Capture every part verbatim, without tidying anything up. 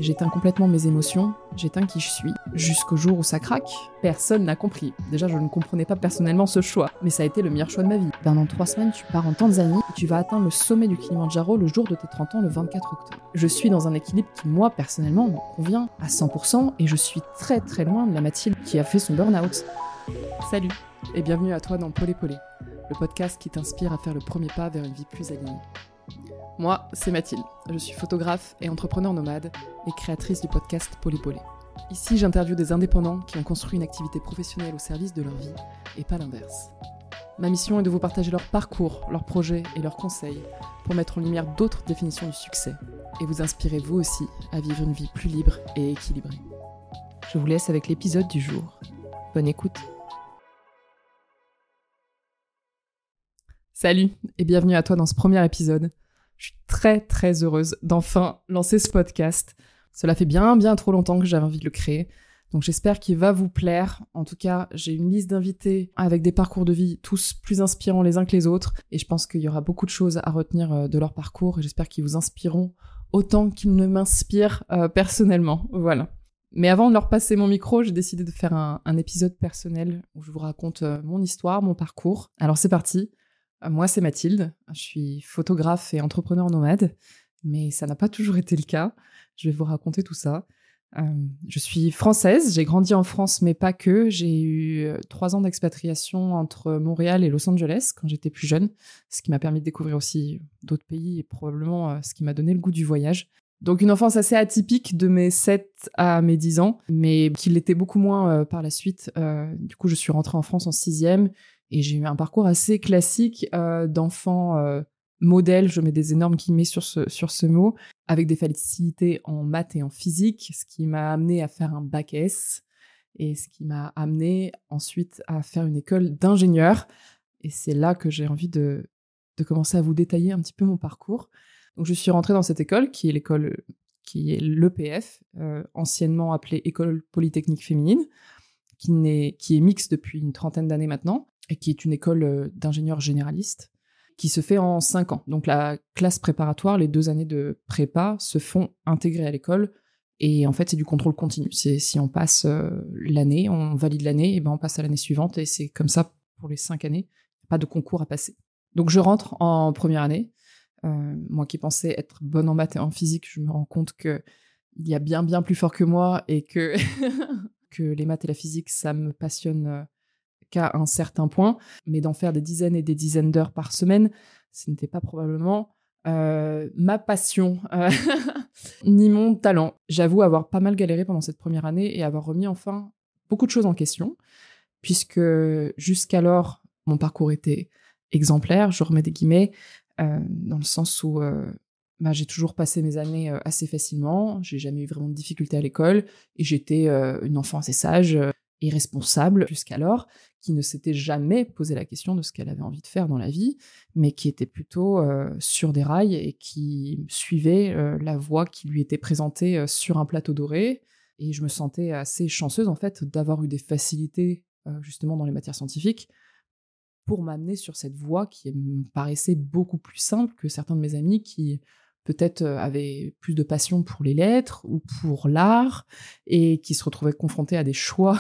J'éteins complètement mes émotions, j'éteins qui je suis, jusqu'au jour où ça craque. Personne n'a compris. Déjà, je ne comprenais pas personnellement ce choix, mais ça a été le meilleur choix de ma vie. Pendant trois semaines, tu pars en Tanzanie et tu vas atteindre le sommet du Kilimandjaro le jour de tes trente ans, le vingt-quatre octobre. Je suis dans un équilibre qui, moi, personnellement, me convient à cent pour cent et je suis très très loin de la Mathilde qui a fait son burn-out. Salut et bienvenue à toi dans Polé Polé, le podcast qui t'inspire à faire le premier pas vers une vie plus alignée. Moi, c'est Mathilde, je suis photographe et entrepreneur nomade et créatrice du podcast Polé Polé. Ici, j'interviewe des indépendants qui ont construit une activité professionnelle au service de leur vie et pas l'inverse. Ma mission est de vous partager leur parcours, leurs projets et leurs conseils pour mettre en lumière d'autres définitions du succès et vous inspirer vous aussi à vivre une vie plus libre et équilibrée. Je vous laisse avec l'épisode du jour. Bonne écoute. Salut et bienvenue à toi dans ce premier épisode. Je suis très très heureuse d'enfin lancer ce podcast. Cela fait bien bien trop longtemps que j'avais envie de le créer. Donc j'espère qu'il va vous plaire. En tout cas, j'ai une liste d'invités avec des parcours de vie tous plus inspirants les uns que les autres. Et je pense qu'il y aura beaucoup de choses à retenir de leur parcours. Et j'espère qu'ils vous inspireront autant qu'ils ne m'inspirent euh, personnellement. Voilà. Mais avant de leur passer mon micro, j'ai décidé de faire un, un épisode personnel où je vous raconte euh, mon histoire, mon parcours. Alors c'est parti. Moi, c'est Mathilde, je suis photographe et entrepreneur nomade, mais ça n'a pas toujours été le cas. Je vais vous raconter tout ça. Euh, je suis française, j'ai grandi en France, mais pas que. J'ai eu trois ans d'expatriation entre Montréal et Los Angeles quand j'étais plus jeune, ce qui m'a permis de découvrir aussi d'autres pays et probablement euh, ce qui m'a donné le goût du voyage. Donc une enfance assez atypique de mes sept à mes dix ans, mais qui l'était beaucoup moins euh, par la suite. Euh, du coup, je suis rentrée en France en sixième. Et j'ai eu un parcours assez classique euh, d'enfant euh, modèle, je mets des énormes guillemets sur ce, sur ce mot, avec des facilités en maths et en physique, ce qui m'a amené à faire un bac S, et ce qui m'a amené ensuite à faire une école d'ingénieur. Et c'est là que j'ai envie de, de commencer à vous détailler un petit peu mon parcours. Donc je suis rentrée dans cette école, qui est l'école, qui est l'E P F, euh, anciennement appelée École Polytechnique Féminine, qui, n'est, qui est mixte depuis une trentaine d'années maintenant, et qui est une école d'ingénieurs généralistes, qui se fait en cinq ans. Donc la classe préparatoire, les deux années de prépa, se font intégrer à l'école, et en fait c'est du contrôle continu. C'est, si on passe euh, l'année, on valide l'année, et ben on passe à l'année suivante, et c'est comme ça pour les cinq années, pas de concours à passer. Donc je rentre en première année, euh, moi qui pensais être bonne en maths et en physique, je me rends compte que il y a bien bien plus fort que moi, et que, que les maths et la physique, ça me passionne euh, qu'à un certain point, mais d'en faire des dizaines et des dizaines d'heures par semaine, ce n'était pas probablement euh, ma passion, euh, ni mon talent. J'avoue avoir pas mal galéré pendant cette première année et avoir remis enfin beaucoup de choses en question, puisque jusqu'alors, mon parcours était exemplaire, je remets des guillemets, euh, dans le sens où euh, bah, j'ai toujours passé mes années euh, assez facilement, j'ai jamais eu vraiment de difficultés à l'école, et j'étais euh, une enfant assez sage, euh, irresponsable jusqu'alors, qui ne s'était jamais posé la question de ce qu'elle avait envie de faire dans la vie, mais qui était plutôt euh, sur des rails et qui suivait euh, la voie qui lui était présentée euh, sur un plateau doré. Et je me sentais assez chanceuse, en fait, d'avoir eu des facilités, euh, justement, dans les matières scientifiques, pour m'amener sur cette voie qui me paraissait beaucoup plus simple que certains de mes amis qui peut-être avaient plus de passion pour les lettres ou pour l'art, et qui se retrouvaient confrontés à des choix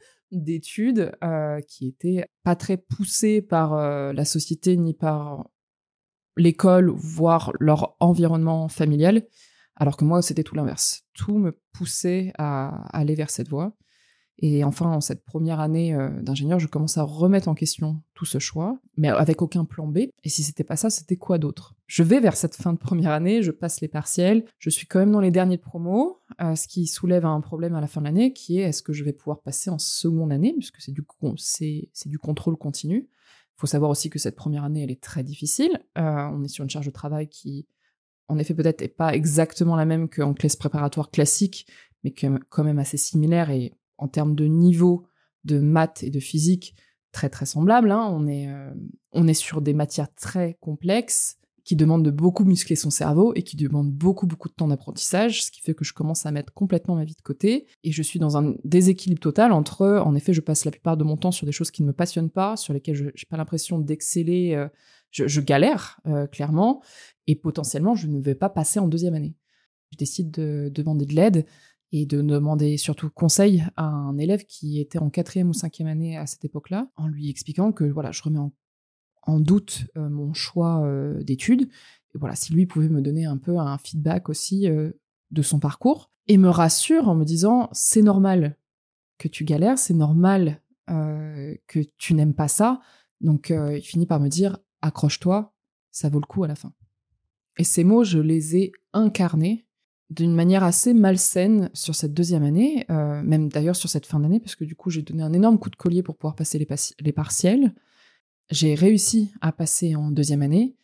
d'études euh, qui étaient pas très poussés par euh, la société ni par l'école, voire leur environnement familial, alors que moi, c'était tout l'inverse. Tout me poussait à aller vers cette voie. Et enfin, en cette première année euh, d'ingénieur, je commence à remettre en question tout ce choix, mais avec aucun plan B. Et si c'était pas ça, c'était quoi d'autre ? Je vais vers cette fin de première année, je passe les partiels, je suis quand même dans les derniers de promo, euh, ce qui soulève un problème à la fin de l'année, qui est est-ce que je vais pouvoir passer en seconde année, puisque c'est du, c'est, c'est du contrôle continu. Il faut savoir aussi que cette première année, elle est très difficile. Euh, on est sur une charge de travail qui, en effet, peut-être n'est pas exactement la même qu'en classe préparatoire classique, mais quand même assez similaire, et en termes de niveau de maths et de physique, très très semblable. Hein. On est, euh, on est sur des matières très complexes qui demandent de beaucoup muscler son cerveau et qui demandent beaucoup beaucoup de temps d'apprentissage, ce qui fait que je commence à mettre complètement ma vie de côté, et je suis dans un déséquilibre total entre, en effet, je passe la plupart de mon temps sur des choses qui ne me passionnent pas, sur lesquelles je n'ai pas l'impression d'exceller, euh, je, je galère, euh, clairement, et potentiellement, je ne vais pas passer en deuxième année. Je décide de demander de l'aide et de demander surtout conseil à un élève qui était en quatrième ou cinquième année à cette époque-là, en lui expliquant que voilà, je remets en, en doute euh, mon choix euh, d'études. Et voilà, si lui pouvait me donner un peu un feedback aussi euh, de son parcours et me rassure en me disant c'est normal que tu galères, c'est normal euh, que tu n'aimes pas ça. Donc euh, il finit par me dire accroche-toi, ça vaut le coup à la fin. Et ces mots, je les ai incarnés d'une manière assez malsaine sur cette deuxième année, euh, même d'ailleurs sur cette fin d'année, parce que du coup, j'ai donné un énorme coup de collier pour pouvoir passer les, pas- les partiels. J'ai réussi à passer en deuxième année,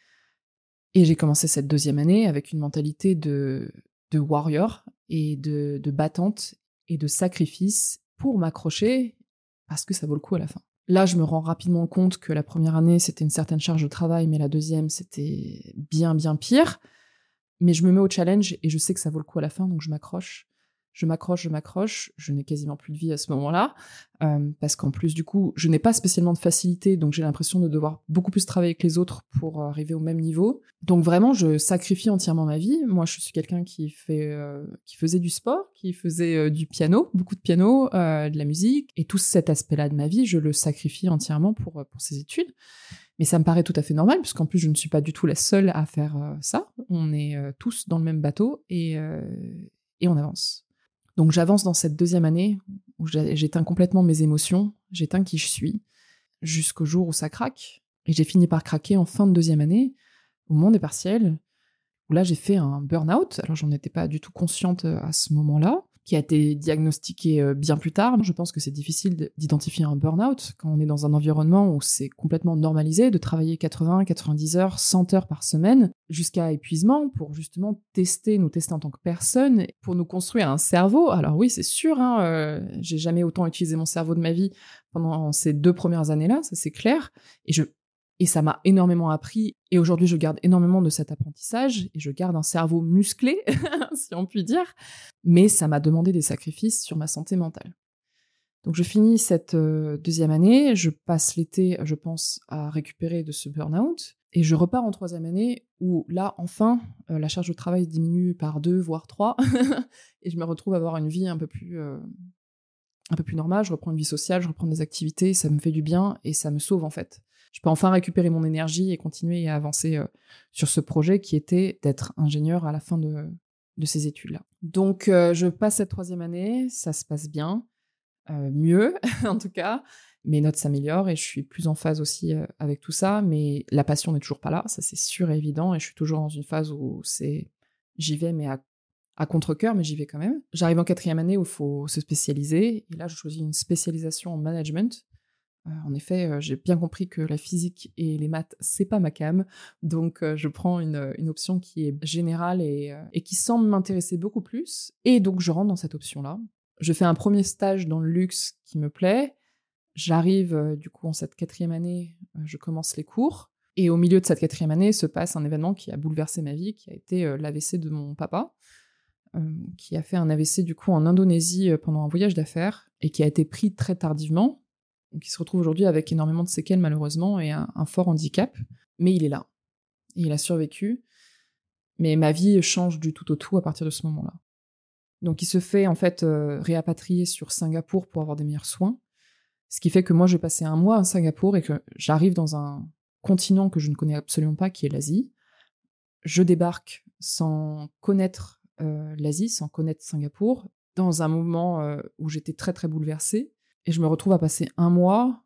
et j'ai commencé cette deuxième année avec une mentalité de, de warrior, et de, de battante, et de sacrifice pour m'accrocher, parce que ça vaut le coup à la fin. Là, je me rends rapidement compte que la première année, c'était une certaine charge de travail, mais la deuxième, c'était bien, bien pire. Mais je me mets au challenge et je sais que ça vaut le coup à la fin, donc je m'accroche. Je m'accroche, je m'accroche. Je n'ai quasiment plus de vie à ce moment-là. Euh, parce qu'en plus, du coup, je n'ai pas spécialement de facilité, donc j'ai l'impression de devoir beaucoup plus travailler que les autres pour arriver au même niveau. Donc vraiment, je sacrifie entièrement ma vie. Moi, je suis quelqu'un qui fait, euh, qui faisait du sport, qui faisait euh, du piano, beaucoup de piano, euh, de la musique. Et tout cet aspect-là de ma vie, je le sacrifie entièrement pour, pour ces études. Mais ça me paraît tout à fait normal, puisqu'en plus, je ne suis pas du tout la seule à faire euh, ça. On est euh, tous dans le même bateau et, euh, et on avance. Donc j'avance dans cette deuxième année où j'éteins complètement mes émotions, j'éteins qui je suis, jusqu'au jour où ça craque. Et j'ai fini par craquer en fin de deuxième année, au moment des partiels, où là j'ai fait un burn-out. Alors j'en étais pas du tout consciente à ce moment-là, qui a été diagnostiqué bien plus tard. Je pense que c'est difficile d'identifier un burn-out quand on est dans un environnement où c'est complètement normalisé de travailler quatre-vingts, quatre-vingt-dix heures, cent heures par semaine, jusqu'à épuisement, pour justement tester, nous tester en tant que personne, pour nous construire un cerveau. Alors oui, c'est sûr, hein, euh, j'ai jamais autant utilisé mon cerveau de ma vie pendant ces deux premières années-là, ça c'est clair, et je Et ça m'a énormément appris. Et aujourd'hui, je garde énormément de cet apprentissage. Et je garde un cerveau musclé, si on peut dire. Mais ça m'a demandé des sacrifices sur ma santé mentale. Donc je finis cette euh, deuxième année. Je passe l'été, je pense, à récupérer de ce burn-out. Et je repars en troisième année où là, enfin, euh, la charge de travail diminue par deux, voire trois. Et je me retrouve à avoir une vie un peu plus... Euh, un peu plus normale. Je reprends une vie sociale, je reprends des activités. Ça me fait du bien et ça me sauve, en fait. Je peux enfin récupérer mon énergie et continuer à avancer euh, sur ce projet qui était d'être ingénieur à la fin de, de ces études-là. Donc, euh, je passe cette troisième année, ça se passe bien, euh, mieux en tout cas, mes notes s'améliorent et je suis plus en phase aussi euh, avec tout ça, mais la passion n'est toujours pas là, ça c'est sûr et évident, et je suis toujours dans une phase où c'est j'y vais, mais à, à contre-cœur, mais j'y vais quand même. J'arrive en quatrième année où il faut se spécialiser, et là je choisis une spécialisation en management. Euh, en effet, euh, j'ai bien compris que la physique et les maths, c'est pas ma came, donc euh, je prends une, une option qui est générale et, euh, et qui semble m'intéresser beaucoup plus, et donc je rentre dans cette option-là. Je fais un premier stage dans le luxe qui me plaît, j'arrive euh, du coup en cette quatrième année, euh, je commence les cours, et au milieu de cette quatrième année se passe un événement qui a bouleversé ma vie, qui a été euh, l'A V C de mon papa, euh, qui a fait un A V C du coup en Indonésie euh, pendant un voyage d'affaires, et qui a été pris très tardivement, donc il se retrouve aujourd'hui avec énormément de séquelles malheureusement et un, un fort handicap, mais il est là, et il a survécu, mais ma vie change du tout au tout à partir de ce moment-là. Donc il se fait en fait euh, réapatrier sur Singapour pour avoir des meilleurs soins, ce qui fait que moi je vais passer un mois à Singapour et que j'arrive dans un continent que je ne connais absolument pas, qui est l'Asie. Je débarque sans connaître euh, l'Asie, sans connaître Singapour, dans un moment euh, où j'étais très très bouleversée, et je me retrouve à passer un mois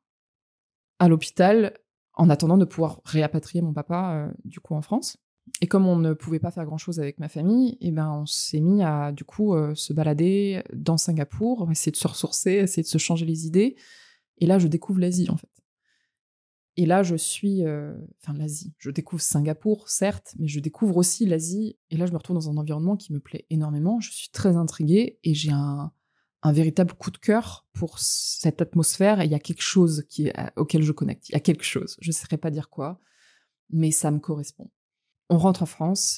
à l'hôpital en attendant de pouvoir réapatrier mon papa euh, du coup en France. Et comme on ne pouvait pas faire grand-chose avec ma famille, et ben on s'est mis à du coup euh, se balader dans Singapour, essayer de se ressourcer, essayer de se changer les idées. Et là, je découvre l'Asie en fait. Et là, je suis, euh... enfin l'Asie. Je découvre Singapour, certes, mais je découvre aussi l'Asie. Et là, je me retrouve dans un environnement qui me plaît énormément. Je suis très intriguée et j'ai un un véritable coup de cœur pour cette atmosphère, et il y a quelque chose qui, auquel je connecte. Il y a quelque chose, je ne saurais pas dire quoi, mais ça me correspond. On rentre en France,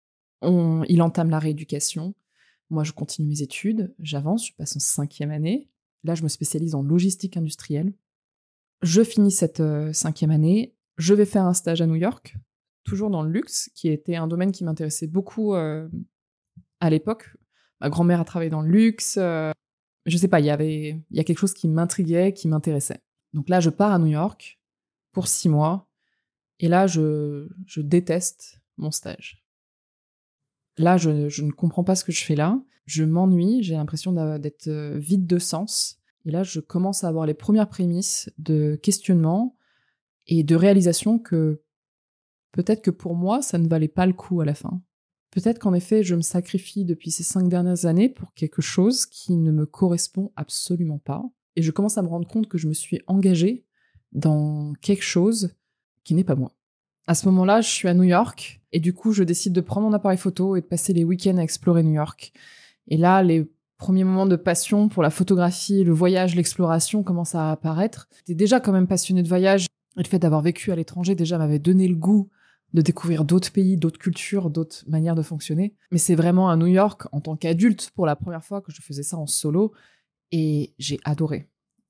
on, il entame la rééducation, moi je continue mes études, j'avance, je passe en cinquième année, là je me spécialise en logistique industrielle, je finis cette euh, cinquième année, je vais faire un stage à New York, toujours dans le luxe, qui était un domaine qui m'intéressait beaucoup euh, À l'époque, ma grand-mère a travaillé dans le luxe. Euh, je sais pas, il y avait, il y a quelque chose qui m'intriguait, qui m'intéressait. Donc là, je pars à New York pour six mois. Et là, je, je déteste mon stage. Là, je, je ne comprends pas ce que je fais là. Je m'ennuie, j'ai l'impression d'être vide de sens. Et là, je commence à avoir les premières prémices de questionnement et de réalisation que peut-être que pour moi, ça ne valait pas le coup à la fin. Peut-être qu'en effet, je me sacrifie depuis ces cinq dernières années pour quelque chose qui ne me correspond absolument pas. Et je commence à me rendre compte que je me suis engagée dans quelque chose qui n'est pas moi. À ce moment-là, je suis à New York et du coup, je décide de prendre mon appareil photo et de passer les week-ends à explorer New York. Et là, les premiers moments de passion pour la photographie, le voyage, l'exploration commencent à apparaître. J'étais déjà quand même passionnée de voyage et le fait d'avoir vécu à l'étranger déjà m'avait donné le goût de découvrir d'autres pays, d'autres cultures, d'autres manières de fonctionner. Mais c'est vraiment à New York, en tant qu'adulte, pour la première fois que je faisais ça en solo et j'ai adoré.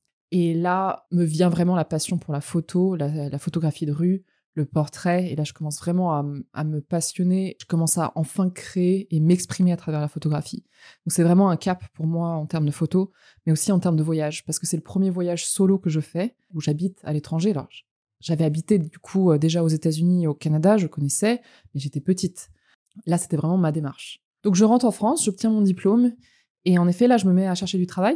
Et là me vient vraiment la passion pour la photo, la, la photographie de rue, le portrait, et là je commence vraiment à, à me passionner, je commence à enfin créer et m'exprimer à travers la photographie. Donc c'est vraiment un cap pour moi en termes de photo, mais aussi en termes de voyage, parce que c'est le premier voyage solo que je fais, où j'habite à l'étranger. Alors j'avais habité du coup déjà aux États-Unis et au Canada, je connaissais, mais j'étais petite. Là c'était vraiment ma démarche. Donc je rentre en France, j'obtiens mon diplôme, et en effet là je me mets à chercher du travail,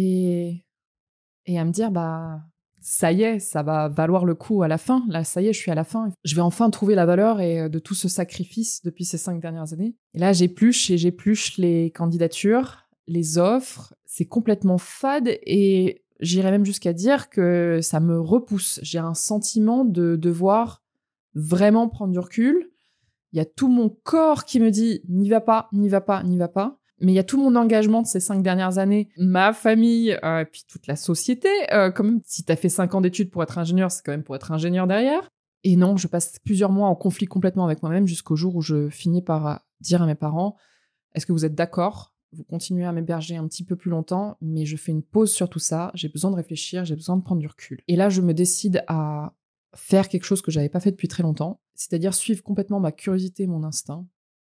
et, et à me dire bah... ça y est, ça va valoir le coup à la fin. Là, ça y est, je suis à la fin. Je vais enfin trouver la valeur et de tout ce sacrifice depuis ces cinq dernières années. Et là, j'épluche et j'épluche les candidatures, les offres. C'est complètement fade et j'irais même jusqu'à dire que ça me repousse. J'ai un sentiment de devoir vraiment prendre du recul. Il y a tout mon corps qui me dit « n'y va pas, n'y va pas, n'y va pas ». Mais il y a tout mon engagement de ces cinq dernières années, ma famille, euh, puis toute la société. Euh, comme si t'as fait cinq ans d'études pour être ingénieur, c'est quand même pour être ingénieur derrière. Et non, je passe plusieurs mois en conflit complètement avec moi-même jusqu'au jour où je finis par dire à mes parents « Est-ce que vous êtes d'accord ? Vous continuez à m'héberger un petit peu plus longtemps, mais je fais une pause sur tout ça. J'ai besoin de réfléchir, j'ai besoin de prendre du recul. » Et là, je me décide à faire quelque chose que j'avais pas fait depuis très longtemps, c'est-à-dire suivre complètement ma curiosité et mon instinct.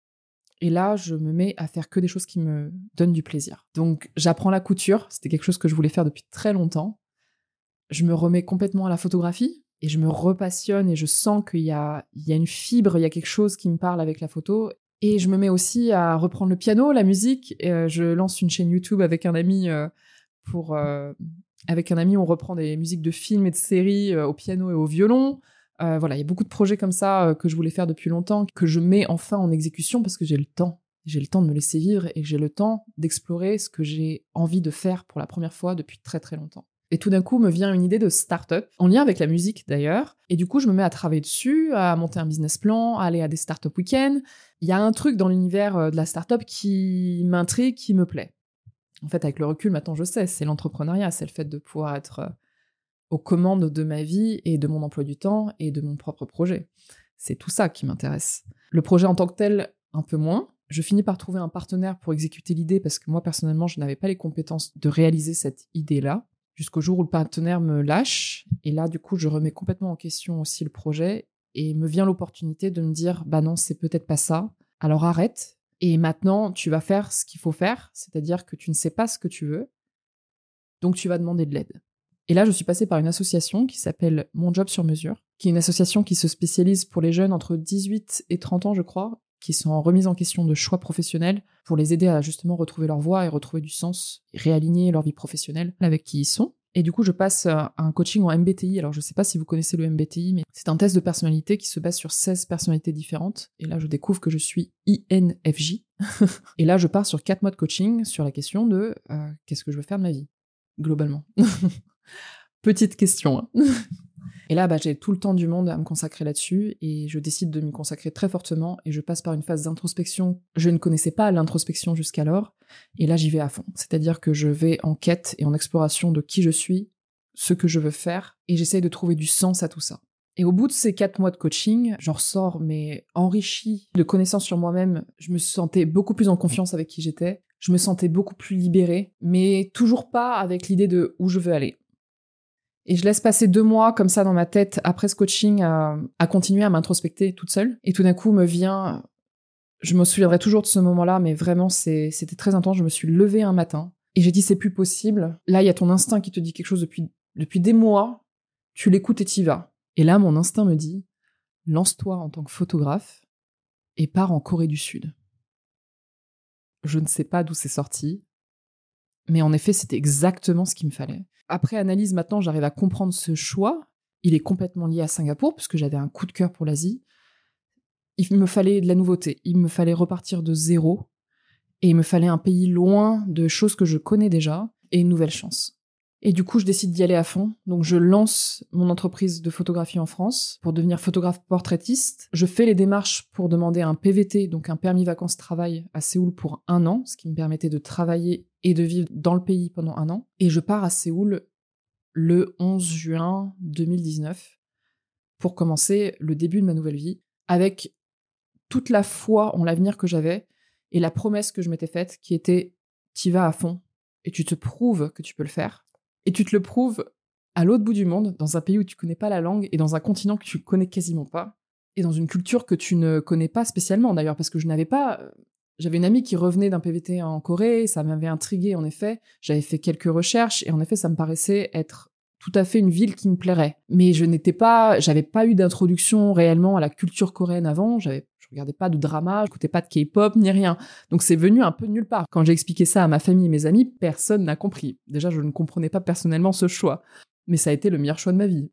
Et là, je me mets à faire que des choses qui me donnent du plaisir. Donc, j'apprends la couture. C'était quelque chose que je voulais faire depuis très longtemps. Je me remets complètement à la photographie et je me repassionne et je sens qu'il y a, il y a une fibre, il y a quelque chose qui me parle avec la photo. Et je me mets aussi à reprendre le piano, la musique. Et euh, je lance une chaîne YouTube avec un ami euh, pour... Euh, avec un ami, on reprend des musiques de films et de séries euh, au piano et au violon. Euh, voilà, il y a beaucoup de projets comme ça euh, que je voulais faire depuis longtemps, que je mets enfin en exécution parce que j'ai le temps. J'ai le temps de me laisser vivre et j'ai le temps d'explorer ce que j'ai envie de faire pour la première fois depuis très très longtemps. Et tout d'un coup, me vient une idée de start-up, en lien avec la musique d'ailleurs, et du coup, je me mets à travailler dessus, à monter un business plan, à aller à des start-up week-ends. Il y a un truc dans l'univers de la start-up qui m'intrigue, qui me plaît. En fait, avec le recul, maintenant je sais, c'est l'entrepreneuriat, c'est le fait de pouvoir être aux commandes de ma vie et de mon emploi du temps et de mon propre projet. C'est tout ça qui m'intéresse. Le projet en tant que tel, un peu moins. Je finis par trouver un partenaire pour exécuter l'idée parce que moi, personnellement, je n'avais pas les compétences de réaliser cette idée-là, jusqu'au jour où le partenaire me lâche. Et là, du coup, je remets complètement en question aussi le projet et me vient l'opportunité de me dire « bah non, c'est peut-être pas ça, alors arrête. Et maintenant, tu vas faire ce qu'il faut faire, c'est-à-dire que tu ne sais pas ce que tu veux, donc tu vas demander de l'aide. » Et là, je suis passée par une association qui s'appelle Mon Job sur Mesure, qui est une association qui se spécialise pour les jeunes entre dix-huit et trente ans, je crois, qui sont en remise en question de choix professionnels pour les aider à justement retrouver leur voie et retrouver du sens, et réaligner leur vie professionnelle avec qui ils sont. Et du coup, je passe un coaching en M B T I. Alors, je sais pas si vous connaissez le M B T I, mais c'est un test de personnalité qui se base sur seize personnalités différentes. Et là, je découvre que je suis I N F J. Et là, je pars sur quatre mois de coaching sur la question de euh, qu'est-ce que je veux faire de ma vie, globalement. Petite question. Hein. Et là, bah, j'ai tout le temps du monde à me consacrer là-dessus et je décide de m'y consacrer très fortement et je passe par une phase d'introspection. Je ne connaissais pas l'introspection jusqu'alors et là, j'y vais à fond. C'est-à-dire que je vais en quête et en exploration de qui je suis, ce que je veux faire et j'essaye de trouver du sens à tout ça. Et au bout de ces quatre mois de coaching, j'en ressors mais enrichi de connaissances sur moi-même. Je me sentais beaucoup plus en confiance avec qui j'étais. Je me sentais beaucoup plus libérée, mais toujours pas avec l'idée de où je veux aller. Et je laisse passer deux mois comme ça dans ma tête après ce coaching à, à continuer à m'introspecter toute seule. Et tout d'un coup me vient Je me souviendrai toujours de ce moment-là, mais vraiment, c'est, c'était très intense. Je me suis levée un matin et j'ai dit, c'est plus possible. Là, il y a ton instinct qui te dit quelque chose depuis, depuis des mois. Tu l'écoutes et t'y vas. Et là, mon instinct me dit, lance-toi en tant que photographe et pars en Corée du Sud. Je ne sais pas d'où c'est sorti, mais en effet, c'était exactement ce qu'il me fallait. Après analyse, maintenant, j'arrive à comprendre ce choix. Il est complètement lié à Singapour, puisque j'avais un coup de cœur pour l'Asie. Il me fallait de la nouveauté. Il me fallait repartir de zéro. Et il me fallait un pays loin de choses que je connais déjà et une nouvelle chance. Et du coup, je décide d'y aller à fond. Donc, je lance mon entreprise de photographie en France pour devenir photographe portraitiste. Je fais les démarches pour demander un P V T, donc un permis vacances-travail à Séoul pour un an, ce qui me permettait de travailler et de vivre dans le pays pendant un an. Et je pars à Séoul le onze juin deux mille dix-neuf pour commencer le début de ma nouvelle vie avec toute la foi en l'avenir que j'avais et la promesse que je m'étais faite qui était « t'y vas à fond et tu te prouves que tu peux le faire ». Et tu te le prouves à l'autre bout du monde, dans un pays où tu connais pas la langue et dans un continent que tu connais quasiment pas et dans une culture que tu ne connais pas spécialement d'ailleurs, parce que je n'avais pas... J'avais une amie qui revenait d'un P V T en Corée, ça m'avait intriguée en effet, j'avais fait quelques recherches et en effet ça me paraissait être tout à fait une ville qui me plairait. Mais je n'étais pas... J'avais pas eu d'introduction réellement à la culture coréenne avant, j'avais... Je regardais pas de drama, je écoutais pas de K-pop, ni rien. Donc c'est venu un peu de nulle part. Quand j'ai expliqué ça à ma famille et mes amis, personne n'a compris. Déjà, je ne comprenais pas personnellement ce choix. Mais ça a été le meilleur choix de ma vie.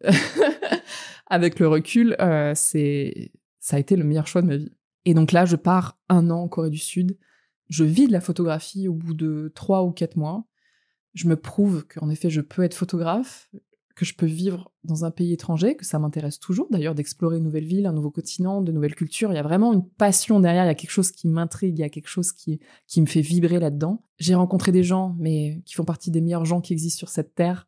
Avec le recul, euh, c'est... ça a été le meilleur choix de ma vie. Et donc là, je pars un an en Corée du Sud. Je vis de la photographie au bout de trois ou quatre mois. Je me prouve qu'en effet, je peux être photographe, que je peux vivre dans un pays étranger, que ça m'intéresse toujours d'ailleurs d'explorer une nouvelle ville, un nouveau continent, de nouvelles cultures. Il y a vraiment une passion derrière, il y a quelque chose qui m'intrigue, il y a quelque chose qui, qui me fait vibrer là-dedans. J'ai rencontré des gens, mais qui font partie des meilleurs gens qui existent sur cette terre.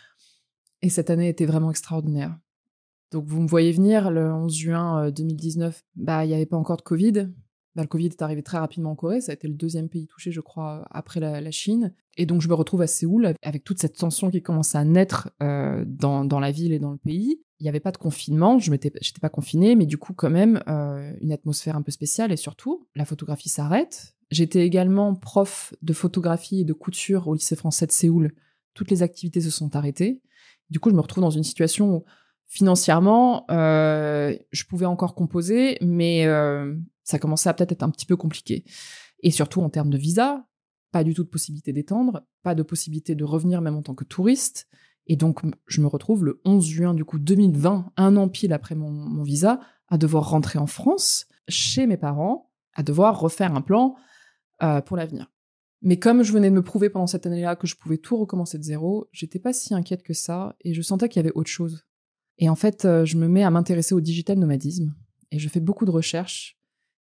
Et cette année était vraiment extraordinaire. Donc vous me voyez venir, le onze juin deux mille dix-neuf, bah il n'y avait pas encore de Covid. Bah, le Covid est arrivé très rapidement en Corée, ça a été le deuxième pays touché, je crois, après la, la Chine. Et donc je me retrouve à Séoul avec toute cette tension qui commence à naître euh, dans, dans la ville et dans le pays. Il n'y avait pas de confinement, je m'étais, j'étais pas confinée, mais du coup quand même euh, une atmosphère un peu spéciale et surtout, la photographie s'arrête. J'étais également prof de photographie et de couture au lycée français de Séoul. Toutes les activités se sont arrêtées. Du coup, je me retrouve dans une situation où financièrement, euh, je pouvais encore composer, mais euh, ça commençait à peut-être être un petit peu compliqué. Et surtout en termes de visa, pas du tout de possibilité d'étendre, pas de possibilité de revenir même en tant que touriste. Et donc, je me retrouve le onze juin du coup deux mille vingt, un an pile après mon, mon visa, à devoir rentrer en France, chez mes parents, à devoir refaire un plan euh, pour l'avenir. Mais comme je venais de me prouver pendant cette année-là que je pouvais tout recommencer de zéro, j'étais pas si inquiète que ça, et je sentais qu'il y avait autre chose. Et en fait, je me mets à m'intéresser au digital nomadisme, et je fais beaucoup de recherches,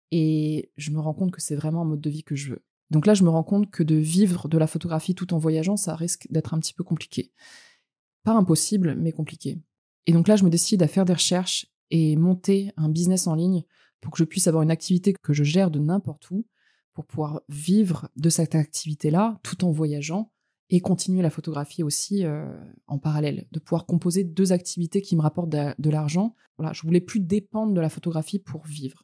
et je me rends compte que c'est vraiment un mode de vie que je veux. Donc là, je me rends compte que de vivre de la photographie tout en voyageant, ça risque d'être un petit peu compliqué. Pas impossible, mais compliqué. Et donc là, je me décide à faire des recherches et monter un business en ligne pour que je puisse avoir une activité que je gère de n'importe où, pour pouvoir vivre de cette activité-là tout en voyageant et continuer la photographie aussi euh, en parallèle, de pouvoir composer deux activités qui me rapportent de, de l'argent. Voilà, je voulais plus dépendre de la photographie pour vivre.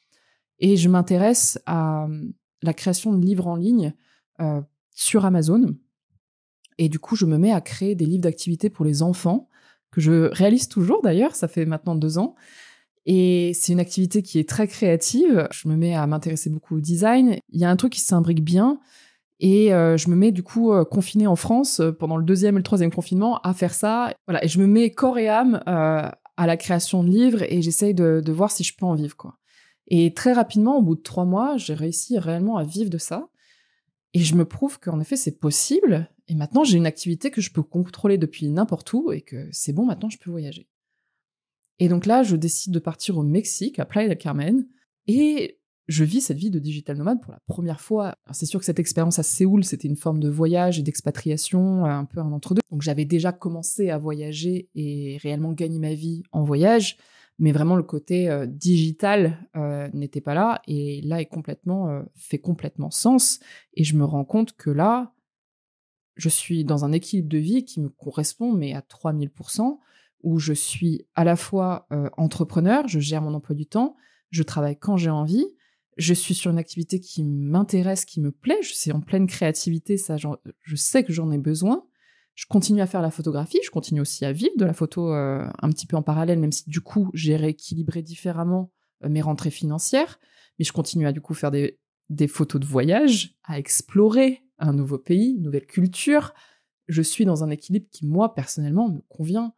Et je m'intéresse à la création de livres en ligne euh, sur Amazon. Et du coup, je me mets à créer des livres d'activités pour les enfants, que je réalise toujours d'ailleurs, ça fait maintenant deux ans. Et c'est une activité qui est très créative. Je me mets à m'intéresser beaucoup au design. Il y a un truc qui s'imbrique bien. Et euh, je me mets du coup euh, confinée en France euh, pendant le deuxième et le troisième confinement à faire ça. Voilà, et je me mets corps et âme euh, à la création de livres et j'essaye de, de voir si je peux en vivre, quoi. Et très rapidement, au bout de trois mois, j'ai réussi réellement à vivre de ça. Et je me prouve qu'en effet, c'est possible. Et maintenant, j'ai une activité que je peux contrôler depuis n'importe où et que c'est bon, maintenant, je peux voyager. Et donc là, je décide de partir au Mexique, à Playa del Carmen, et je vis cette vie de digital nomade pour la première fois. Alors c'est sûr que cette expérience à Séoul, c'était une forme de voyage et d'expatriation, un peu un entre-deux. Donc j'avais déjà commencé à voyager et réellement gagner ma vie en voyage, mais vraiment le côté euh, digital euh, n'était pas là, et là est complètement euh, fait complètement sens. Et je me rends compte que là, je suis dans un équilibre de vie qui me correspond, mais à trois mille pour cent, où je suis à la fois euh, entrepreneur, je gère mon emploi du temps, je travaille quand j'ai envie, Je suis sur une activité qui m'intéresse, qui me plaît. Je suis en pleine créativité, ça, genre, je sais que j'en ai besoin. Je continue à faire la photographie, je continue aussi à vivre de la photo euh, un petit peu en parallèle, même si du coup, j'ai rééquilibré différemment euh, mes rentrées financières. Mais je continue à du coup faire des, des photos de voyage, à explorer un nouveau pays, une nouvelle culture. Je suis dans un équilibre qui, moi, personnellement, me convient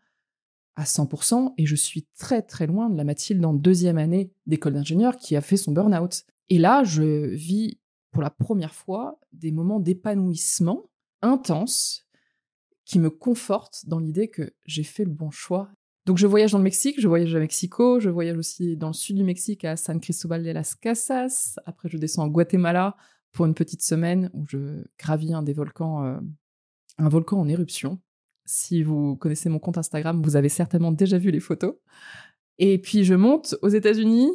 à cent pour cent, et je suis très très loin de la Mathilde en deuxième année d'école d'ingénieur qui a fait son burn-out. Et là, je vis pour la première fois des moments d'épanouissement intenses qui me confortent dans l'idée que j'ai fait le bon choix. Donc je voyage dans le Mexique, je voyage à Mexico, je voyage aussi dans le sud du Mexique à San Cristobal de las Casas. Après, je descends en Guatemala pour une petite semaine où je gravis un des volcans, euh, un volcan en éruption. Si vous connaissez mon compte Instagram, vous avez certainement déjà vu les photos. Et puis je monte aux États-Unis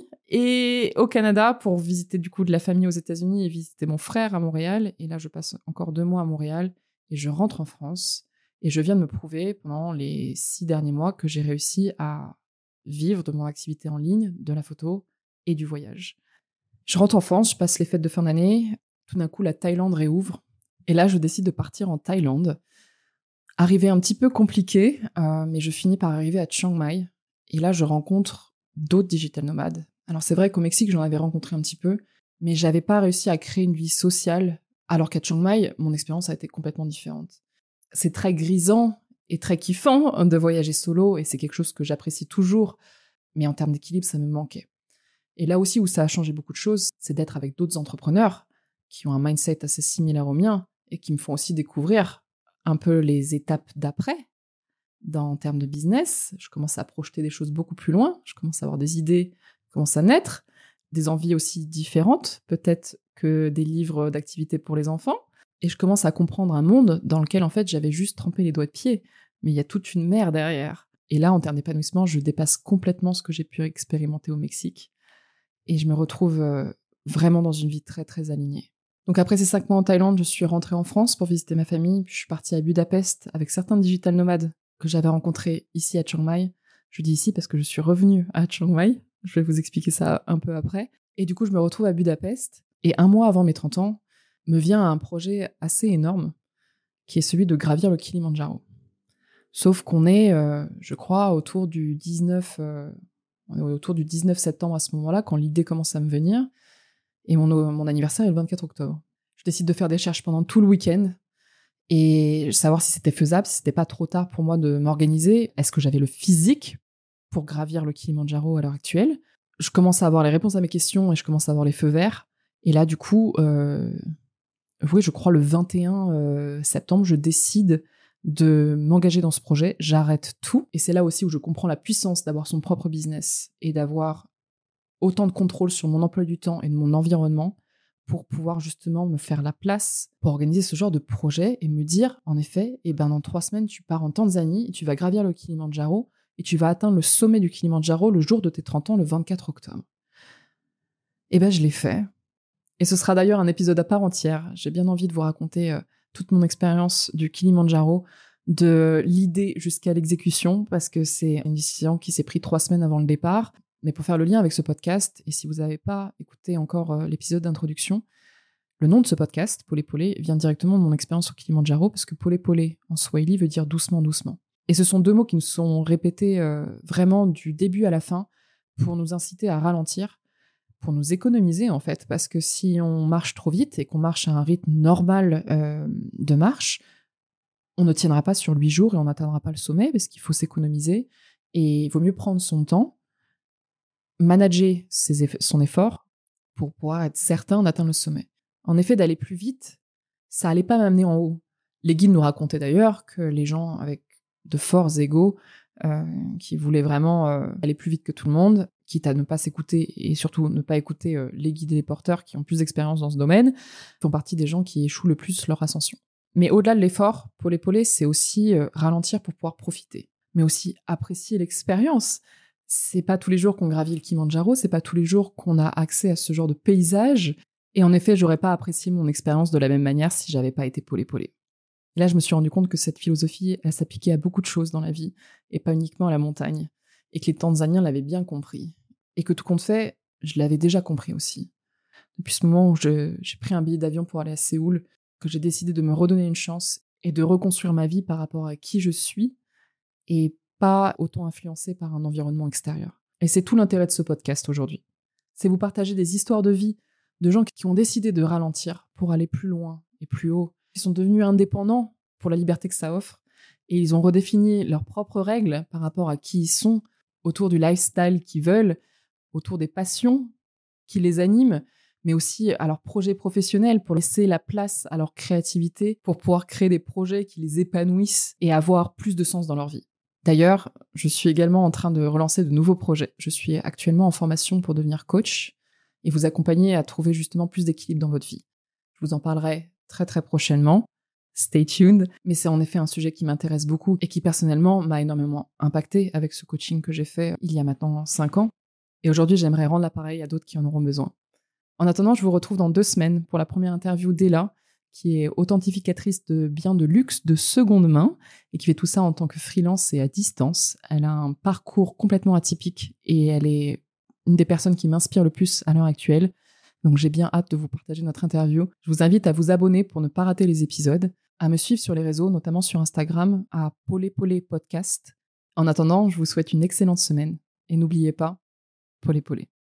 et au Canada pour visiter du coup de la famille aux États-Unis et visiter mon frère à Montréal. Et là, je passe encore deux mois à Montréal et je rentre en France. Et je viens de me prouver pendant les six derniers mois que j'ai réussi à vivre de mon activité en ligne, de la photo et du voyage. Je rentre en France, je passe les fêtes de fin d'année. Tout d'un coup, la Thaïlande réouvre. Et là, je décide de partir en Thaïlande. Arrivé un petit peu compliqué, euh, mais je finis par arriver à Chiang Mai. Et là, je rencontre d'autres digital nomades. Alors, c'est vrai qu'au Mexique, j'en avais rencontré un petit peu, mais j'avais pas réussi à créer une vie sociale, alors qu'à Chiang Mai, mon expérience a été complètement différente. C'est très grisant et très kiffant de voyager solo, et c'est quelque chose que j'apprécie toujours, mais en termes d'équilibre, ça me manquait. Et là aussi où ça a changé beaucoup de choses, c'est d'être avec d'autres entrepreneurs qui ont un mindset assez similaire au mien, et qui me font aussi découvrir un peu les étapes d'après, dans, en termes de business. Je commence à projeter des choses beaucoup plus loin, je commence à avoir des idées qui commencent à naître, des envies aussi différentes, peut-être que des livres d'activités pour les enfants, et je commence à comprendre un monde dans lequel, en fait, j'avais juste trempé les doigts de pied, mais il y a toute une mer derrière. Et là, en termes d'épanouissement, je dépasse complètement ce que j'ai pu expérimenter au Mexique, et je me retrouve euh, vraiment dans une vie très, très alignée. Donc après ces cinq mois en Thaïlande, je suis rentrée en France pour visiter ma famille, puis je suis partie à Budapest avec certains digital nomades que j'avais rencontrés ici à Chiang Mai. Je dis ici parce que je suis revenue à Chiang Mai, je vais vous expliquer ça un peu après. Et du coup, je me retrouve à Budapest, et un mois avant mes trente ans, me vient un projet assez énorme, qui est celui de gravir le Kilimandjaro. Sauf qu'on est, euh, je crois, autour du dix-neuf, euh, on est autour du dix-neuf septembre à ce moment-là, quand l'idée commence à me venir, et mon, mon anniversaire est le vingt-quatre octobre. Je décide de faire des recherches pendant tout le week-end, et savoir si c'était faisable, si c'était pas trop tard pour moi de m'organiser. Est-ce que j'avais le physique pour gravir le Kilimandjaro à l'heure actuelle? Je commence à avoir les réponses à mes questions, et je commence à avoir les feux verts. Et là, du coup, euh, oui, je crois le vingt et un euh, septembre, je décide de m'engager dans ce projet. J'arrête tout. Et c'est là aussi où je comprends la puissance d'avoir son propre business et d'avoir autant de contrôle sur mon emploi du temps et de mon environnement pour pouvoir justement me faire la place pour organiser ce genre de projet et me dire, en effet, eh ben dans trois semaines, tu pars en Tanzanie et tu vas gravir le Kilimandjaro et tu vas atteindre le sommet du Kilimandjaro le jour de tes trente ans, le vingt-quatre octobre. Eh ben, je l'ai fait. Et ce sera d'ailleurs un épisode à part entière. J'ai bien envie de vous raconter euh, toute mon expérience du Kilimandjaro, de l'idée jusqu'à l'exécution, parce que c'est une décision qui s'est prise trois semaines avant le départ. Mais pour faire le lien avec ce podcast, et si vous n'avez pas écouté encore euh, l'épisode d'introduction, le nom de ce podcast, Polé Polé, vient directement de mon expérience au Kilimandjaro, parce que Polé Polé en swahili veut dire doucement, doucement. Et ce sont deux mots qui nous sont répétés euh, vraiment du début à la fin pour nous inciter à ralentir, pour nous économiser en fait, parce que si on marche trop vite et qu'on marche à un rythme normal euh, de marche, on ne tiendra pas sur huit jours et on n'atteindra pas le sommet, parce qu'il faut s'économiser, et il vaut mieux prendre son temps, manager ses eff- son effort pour pouvoir être certain d'atteindre le sommet. En effet, d'aller plus vite, ça allait pas m'amener en haut. Les guides nous racontaient d'ailleurs que les gens avec de forts égos, euh, qui voulaient vraiment euh, aller plus vite que tout le monde, quitte à ne pas s'écouter et surtout ne pas écouter euh, les guides et les porteurs qui ont plus d'expérience dans ce domaine, font partie des gens qui échouent le plus leur ascension. Mais au-delà de l'effort, Polé Polé, c'est aussi euh, ralentir pour pouvoir profiter, mais aussi apprécier l'expérience. C'est pas tous les jours qu'on gravit le Kilimandjaro, c'est pas tous les jours qu'on a accès à ce genre de paysage. Et en effet, j'aurais pas apprécié mon expérience de la même manière si j'avais pas été Polé Polé. Là, je me suis rendu compte que cette philosophie, elle s'appliquait à beaucoup de choses dans la vie, et pas uniquement à la montagne. Et que les Tanzaniens l'avaient bien compris. Et que tout compte fait, je l'avais déjà compris aussi. depuis ce moment où je, j'ai pris un billet d'avion pour aller à Séoul, que j'ai décidé de me redonner une chance et de reconstruire ma vie par rapport à qui je suis et pas autant influencée par un environnement extérieur. Et c'est tout l'intérêt de ce podcast aujourd'hui. C'est vous partager des histoires de vie de gens qui ont décidé de ralentir pour aller plus loin et plus haut, qui sont devenus indépendants pour la liberté que ça offre, et ils ont redéfini leurs propres règles par rapport à qui ils sont, autour du lifestyle qu'ils veulent, autour des passions qui les animent, mais aussi à leurs projets professionnels pour laisser la place à leur créativité, pour pouvoir créer des projets qui les épanouissent et avoir plus de sens dans leur vie. D'ailleurs, je suis également en train de relancer de nouveaux projets. Je suis actuellement en formation pour devenir coach et vous accompagner à trouver justement plus d'équilibre dans votre vie. Je vous en parlerai très très prochainement. Stay tuned. Mais c'est en effet un sujet qui m'intéresse beaucoup et qui personnellement m'a énormément impacté avec ce coaching que j'ai fait il y a maintenant cinq ans. Et aujourd'hui, j'aimerais rendre l'appareil à d'autres qui en auront besoin. En attendant, je vous retrouve dans deux semaines pour la première interview d'Ella, qui est authentificatrice de biens de luxe de seconde main et qui fait tout ça en tant que freelance et à distance. Elle a un parcours complètement atypique et elle est une des personnes qui m'inspire le plus à l'heure actuelle. Donc j'ai bien hâte de vous partager notre interview. Je vous invite à vous abonner pour ne pas rater les épisodes, à me suivre sur les réseaux, notamment sur Instagram, à Polé Polé Podcast. En attendant, je vous souhaite une excellente semaine et n'oubliez pas, Polé Polé.